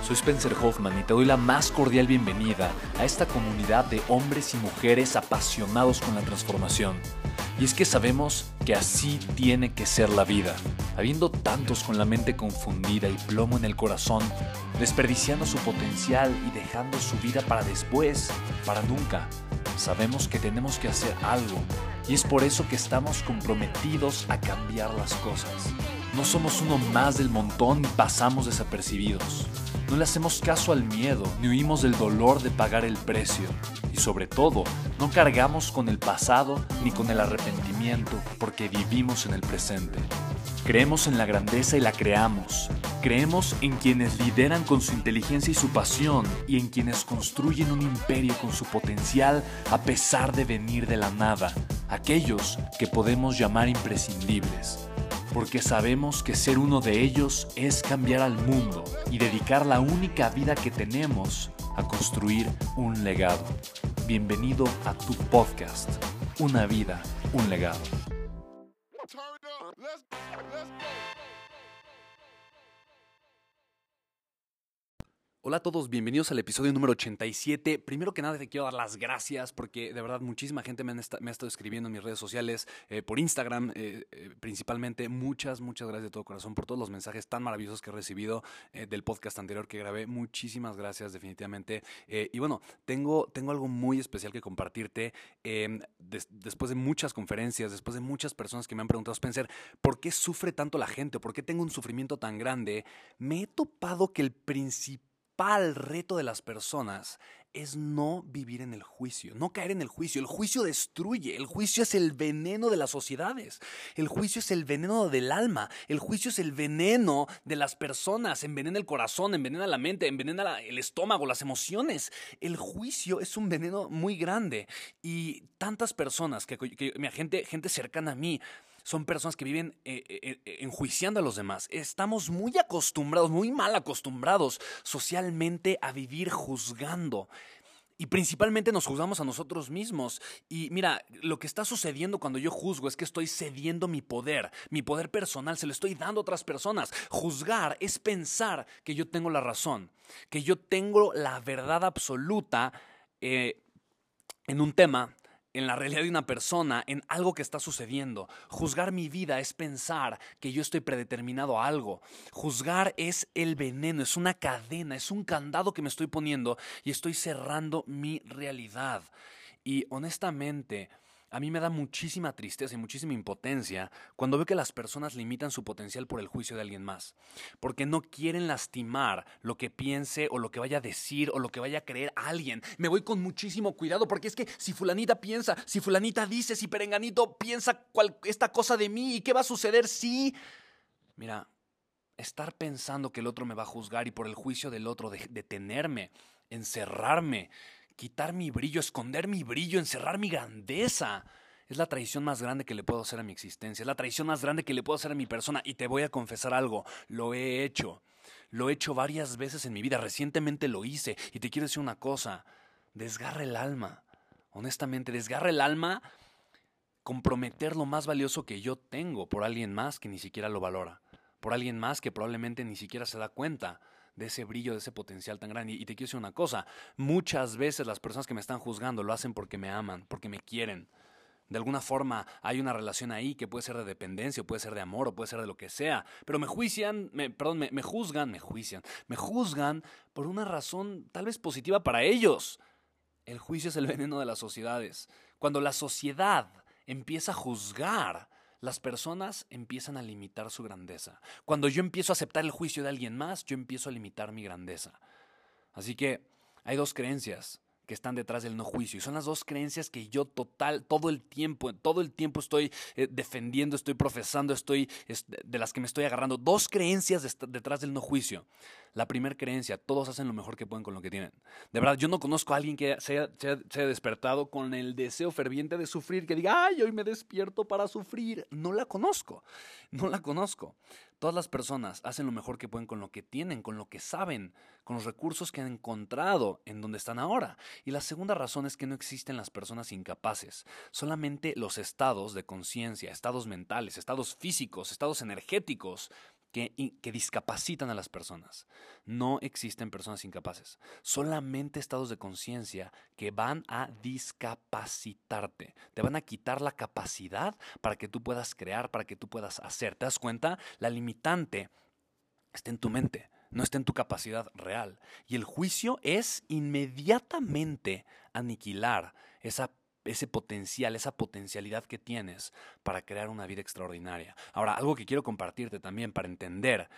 Soy Spencer Hoffman y te doy la más cordial bienvenida a esta comunidad de hombres y mujeres apasionados con la transformación. Y es que sabemos que así tiene que ser la vida, habiendo tantos con la mente confundida y plomo en el corazón, desperdiciando su potencial y dejando su vida para después, para nunca. Sabemos que tenemos que hacer algo y es por eso que estamos comprometidos a cambiar las cosas. No somos uno más del montón y pasamos desapercibidos. No le hacemos caso al miedo, ni huimos del dolor de pagar el precio. Y sobre todo, no cargamos con el pasado ni con el arrepentimiento porque vivimos en el presente. Creemos en la grandeza y la creamos. Creemos en quienes lideran con su inteligencia y su pasión y en quienes construyen un imperio con su potencial a pesar de venir de la nada. Aquellos que podemos llamar imprescindibles. Porque sabemos que ser uno de ellos es cambiar al mundo y dedicar la única vida que tenemos a construir un legado. Bienvenido a tu podcast, Una vida, un legado. Hola a todos, bienvenidos al episodio número 87. Primero que nada te quiero dar las gracias porque de verdad muchísima gente me ha estado escribiendo en mis redes sociales, por Instagram principalmente. Muchas gracias de todo corazón por todos los mensajes tan maravillosos que he recibido del podcast anterior que grabé. Muchísimas gracias definitivamente. Y bueno, tengo algo muy especial que compartirte. Después de muchas conferencias, después de muchas personas que me han preguntado, Spencer, ¿por qué sufre tanto la gente? ¿Por qué tengo un sufrimiento tan grande? Me he topado que el principal reto de las personas es no vivir en el juicio, no caer en el juicio. El juicio destruye, el juicio es el veneno de las sociedades, el juicio es el veneno del alma, el juicio es el veneno de las personas, envenena el corazón, envenena la mente, envenena el estómago, las emociones. El juicio es un veneno muy grande y tantas personas, gente cercana a mí, son personas que viven enjuiciando a los demás. Estamos muy acostumbrados, muy mal acostumbrados socialmente a vivir juzgando. Y principalmente nos juzgamos a nosotros mismos. Y mira, lo que está sucediendo cuando yo juzgo es que estoy cediendo mi poder personal, se lo estoy dando a otras personas. Juzgar es pensar que yo tengo la razón, que yo tengo la verdad absoluta en un tema, en la realidad de una persona, en algo que está sucediendo. Juzgar mi vida es pensar que yo estoy predeterminado a algo. Juzgar es el veneno, es una cadena, es un candado que me estoy poniendo y estoy cerrando mi realidad. Y honestamente, a mí me da muchísima tristeza y muchísima impotencia cuando veo que las personas limitan su potencial por el juicio de alguien más, porque no quieren lastimar lo que piense o lo que vaya a decir o lo que vaya a creer a alguien. Me voy con muchísimo cuidado porque es que si fulanita piensa, si fulanita dice, si perenganito piensa esta cosa de mí, ¿y qué va a suceder si...? Mira, estar pensando que el otro me va a juzgar y por el juicio del otro detenerme, encerrarme, quitar mi brillo, esconder mi brillo, encerrar mi grandeza. Es la traición más grande que le puedo hacer a mi existencia. Es la traición más grande que le puedo hacer a mi persona. Y te voy a confesar algo. Lo he hecho. Lo he hecho varias veces en mi vida. Recientemente lo hice. Y te quiero decir una cosa. Desgarra el alma. Honestamente, desgarra el alma comprometer lo más valioso que yo tengo por alguien más que ni siquiera lo valora. Por alguien más que probablemente ni siquiera se da cuenta de ese brillo, de ese potencial tan grande. Y te quiero decir una cosa, muchas veces las personas que me están juzgando lo hacen porque me aman, porque me quieren. De alguna forma hay una relación ahí que puede ser de dependencia, o puede ser de amor, o puede ser de lo que sea. Pero me juzgan por una razón tal vez positiva para ellos. El juicio es el veneno de las sociedades. Cuando la sociedad empieza a juzgar, las personas empiezan a limitar su grandeza. Cuando yo empiezo a aceptar el juicio de alguien más, yo empiezo a limitar mi grandeza. Así que hay dos creencias que están detrás del no juicio y son las dos creencias que yo todo el tiempo estoy defendiendo, estoy profesando, de las que me estoy agarrando. Dos creencias detrás del no juicio. La primera creencia, todos hacen lo mejor que pueden con lo que tienen. De verdad, yo no conozco a alguien que se haya despertado con el deseo ferviente de sufrir, que diga, ay, hoy me despierto para sufrir. No la conozco. Todas las personas hacen lo mejor que pueden con lo que tienen, con lo que saben, con los recursos que han encontrado en donde están ahora. Y la segunda razón es que no existen las personas incapaces. Solamente los estados de conciencia, estados mentales, estados físicos, estados energéticos que discapacitan a las personas. No existen personas incapaces, solamente estados de conciencia que van a discapacitarte, te van a quitar la capacidad para que tú puedas crear, para que tú puedas hacer. ¿Te das cuenta? La limitante está en tu mente, no está en tu capacidad real. Y el juicio es inmediatamente aniquilar ese potencial, esa potencialidad que tienes para crear una vida extraordinaria. Ahora, algo que quiero compartirte también para entender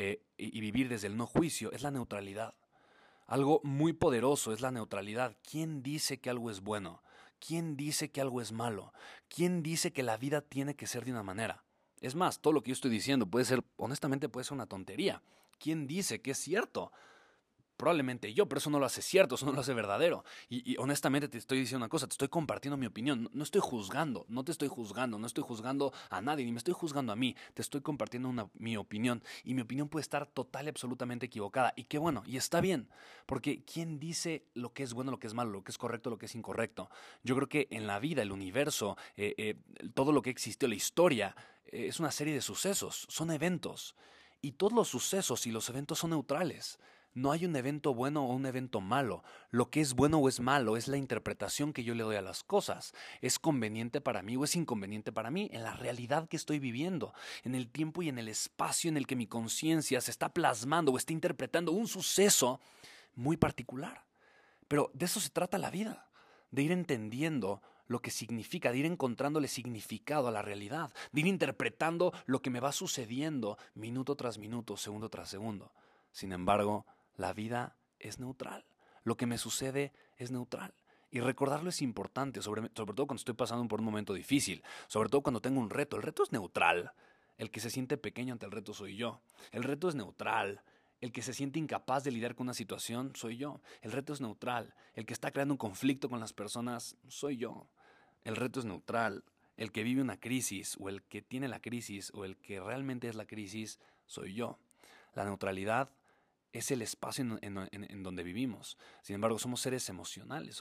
y vivir desde el no juicio es la neutralidad. Algo muy poderoso es la neutralidad. ¿Quién dice que algo es bueno? ¿Quién dice que algo es malo? ¿Quién dice que la vida tiene que ser de una manera? Es más, todo lo que yo estoy diciendo puede ser, honestamente, puede ser una tontería. ¿Quién dice que es cierto? Probablemente yo, pero eso no lo hace cierto, eso no lo hace verdadero. Y honestamente te estoy diciendo una cosa, te estoy compartiendo mi opinión. No estoy juzgando, no te estoy juzgando, no estoy juzgando a nadie, ni me estoy juzgando a mí. Te estoy compartiendo mi opinión. Y mi opinión puede estar total y absolutamente equivocada. Y qué bueno, y está bien. Porque ¿quién dice lo que es bueno, lo que es malo, lo que es correcto, lo que es incorrecto? Yo creo que en la vida, el universo, todo lo que existió, la historia, es una serie de sucesos, son eventos. Y todos los sucesos y los eventos son neutrales. No hay un evento bueno o un evento malo. Lo que es bueno o es malo es la interpretación que yo le doy a las cosas. ¿Es conveniente para mí o es inconveniente para mí? En la realidad que estoy viviendo, en el tiempo y en el espacio en el que mi conciencia se está plasmando o está interpretando un suceso muy particular. Pero de eso se trata la vida, de ir entendiendo lo que significa, de ir encontrándole significado a la realidad, de ir interpretando lo que me va sucediendo minuto tras minuto, segundo tras segundo. Sin embargo, la vida es neutral. Lo que me sucede es neutral. Y recordarlo es importante, sobre todo cuando estoy pasando por un momento difícil, sobre todo cuando tengo un reto. El reto es neutral. El que se siente pequeño ante el reto soy yo. El reto es neutral. El que se siente incapaz de lidiar con una situación soy yo. El reto es neutral. El que está creando un conflicto con las personas soy yo. El reto es neutral. El que vive una crisis o el que tiene la crisis o el que realmente es la crisis soy yo. La neutralidad es el espacio en donde vivimos. Sin embargo, somos seres emocionales.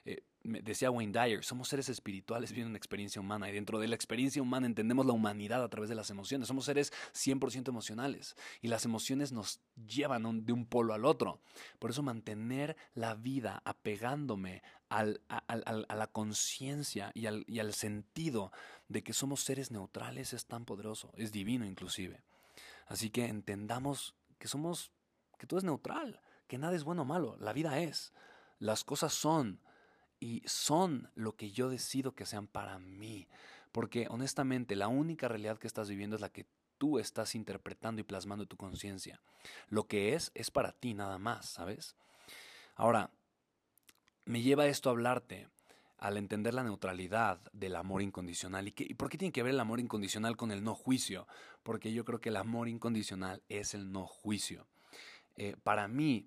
Decía Wayne Dyer, somos seres espirituales viviendo una experiencia humana. Y dentro de la experiencia humana entendemos la humanidad a través de las emociones. Somos seres 100% emocionales. Y las emociones nos llevan de un polo al otro. Por eso mantener la vida apegándome a la conciencia y al sentido de que somos seres neutrales es tan poderoso. Es divino inclusive. Así que entendamos que todo es neutral, que nada es bueno o malo, la vida es, las cosas son y son lo que yo decido que sean para mí, porque honestamente la única realidad que estás viviendo es la que tú estás interpretando y plasmando en tu conciencia. Lo que es para ti nada más, ¿sabes? Ahora, me lleva esto a hablarte al entender la neutralidad del amor incondicional. ¿Y por qué tiene que ver el amor incondicional con el no juicio? Porque yo creo que el amor incondicional es el no juicio. Para mí,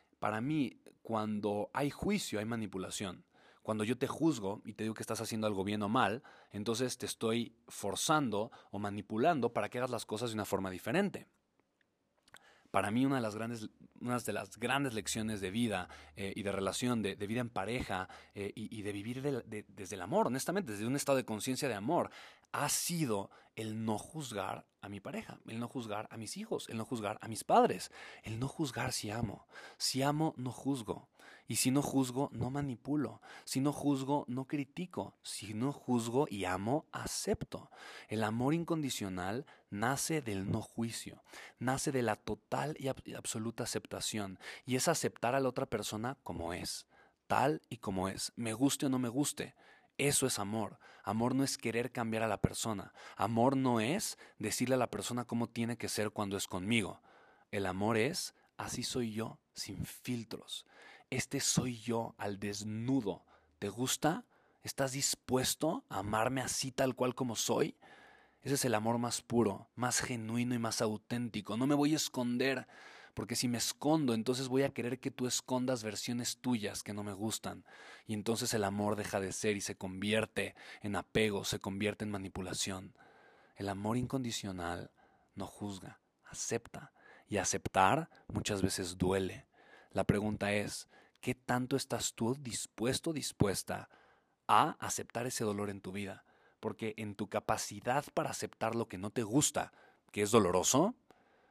cuando hay juicio, hay manipulación. Cuando yo te juzgo y te digo que estás haciendo algo bien o mal, entonces te estoy forzando o manipulando para que hagas las cosas de una forma diferente. Para mí una de las grandes lecciones de vida y de relación, de vida en pareja y de vivir desde el amor, honestamente, desde un estado de conciencia de amor, ha sido el no juzgar a mi pareja, el no juzgar a mis hijos, el no juzgar a mis padres, el no juzgar si amo. Si amo, no juzgo. Y si no juzgo, no manipulo. Si no juzgo, no critico. Si no juzgo y amo, acepto. El amor incondicional nace del no juicio, nace de la total y absoluta aceptación. Y es aceptar a la otra persona como es, tal y como es, me guste o no me guste. Eso es amor. Amor no es querer cambiar a la persona. Amor no es decirle a la persona cómo tiene que ser cuando es conmigo. El amor es, así soy yo, sin filtros. Este soy yo al desnudo. ¿Te gusta? ¿Estás dispuesto a amarme así tal cual como soy? Ese es el amor más puro, más genuino y más auténtico. No me voy a esconder, porque si me escondo, entonces voy a querer que tú escondas versiones tuyas que no me gustan. Y entonces el amor deja de ser y se convierte en apego, se convierte en manipulación. El amor incondicional no juzga, acepta. Y aceptar muchas veces duele. La pregunta es, ¿qué tanto estás tú dispuesta a aceptar ese dolor en tu vida? Porque en tu capacidad para aceptar lo que no te gusta, que es doloroso,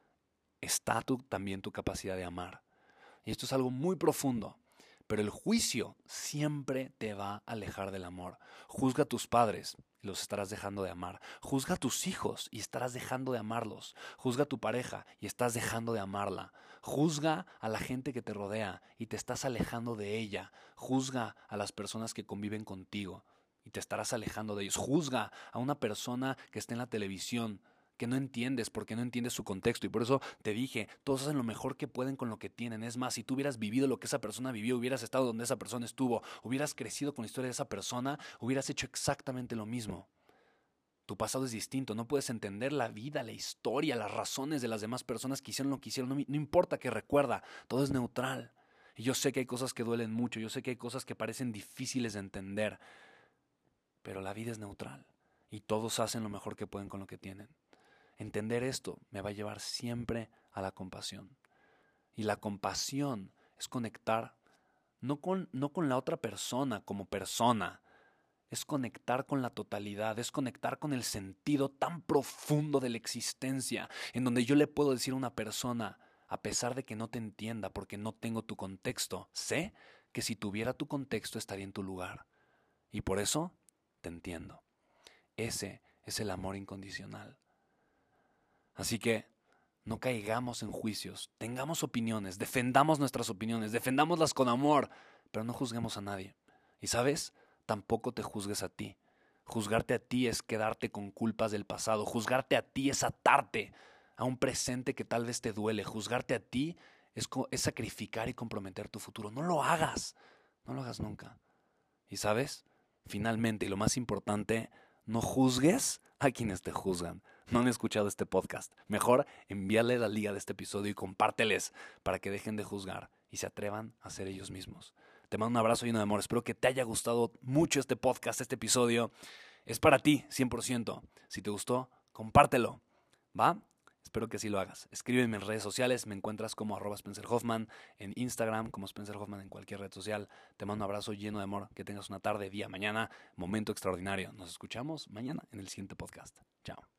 está también tu capacidad de amar. Y esto es algo muy profundo. Pero el juicio siempre te va a alejar del amor. Juzga a tus padres y los estarás dejando de amar. Juzga a tus hijos y estarás dejando de amarlos. Juzga a tu pareja y estás dejando de amarla. Juzga a la gente que te rodea y te estás alejando de ella. Juzga a las personas que conviven contigo y te estarás alejando de ellos. Juzga a una persona que está en la televisión que no entiendes porque no entiendes su contexto. Y por eso te dije, todos hacen lo mejor que pueden con lo que tienen. Es más, si tú hubieras vivido lo que esa persona vivió, hubieras estado donde esa persona estuvo, hubieras crecido con la historia de esa persona, hubieras hecho exactamente lo mismo. Tu pasado es distinto, no puedes entender la vida, la historia, las razones de las demás personas que hicieron lo que hicieron. No importa que recuerda, todo es neutral. Y yo sé que hay cosas que duelen mucho, yo sé que hay cosas que parecen difíciles de entender, pero la vida es neutral y todos hacen lo mejor que pueden con lo que tienen. Entender esto me va a llevar siempre a la compasión. Y la compasión es conectar no con la otra persona como persona, es conectar con la totalidad, es conectar con el sentido tan profundo de la existencia, en donde yo le puedo decir a una persona, a pesar de que no te entienda porque no tengo tu contexto, sé que si tuviera tu contexto estaría en tu lugar. Y por eso te entiendo. Ese es el amor incondicional. Así que no caigamos en juicios, tengamos opiniones, defendamos nuestras opiniones, defendámoslas con amor, pero no juzguemos a nadie. Y ¿sabes? Tampoco te juzgues a ti. Juzgarte a ti es quedarte con culpas del pasado, juzgarte a ti es atarte a un presente que tal vez te duele, juzgarte a ti es sacrificar y comprometer tu futuro. No lo hagas nunca. Y ¿sabes? Finalmente, y lo más importante, no juzgues a quienes te juzgan. No han escuchado este podcast. Mejor envíale la liga de este episodio y compárteles para que dejen de juzgar y se atrevan a ser ellos mismos. Te mando un abrazo lleno de amor. Espero que te haya gustado mucho este podcast, este episodio. Es para ti, 100%. Si te gustó, compártelo. ¿Va? Espero que así lo hagas. Escríbeme en redes sociales. Me encuentras como @SpencerHoffman en Instagram, como Spencer Hoffman en cualquier red social. Te mando un abrazo lleno de amor. Que tengas una tarde, día, mañana. Momento extraordinario. Nos escuchamos mañana en el siguiente podcast. Chao.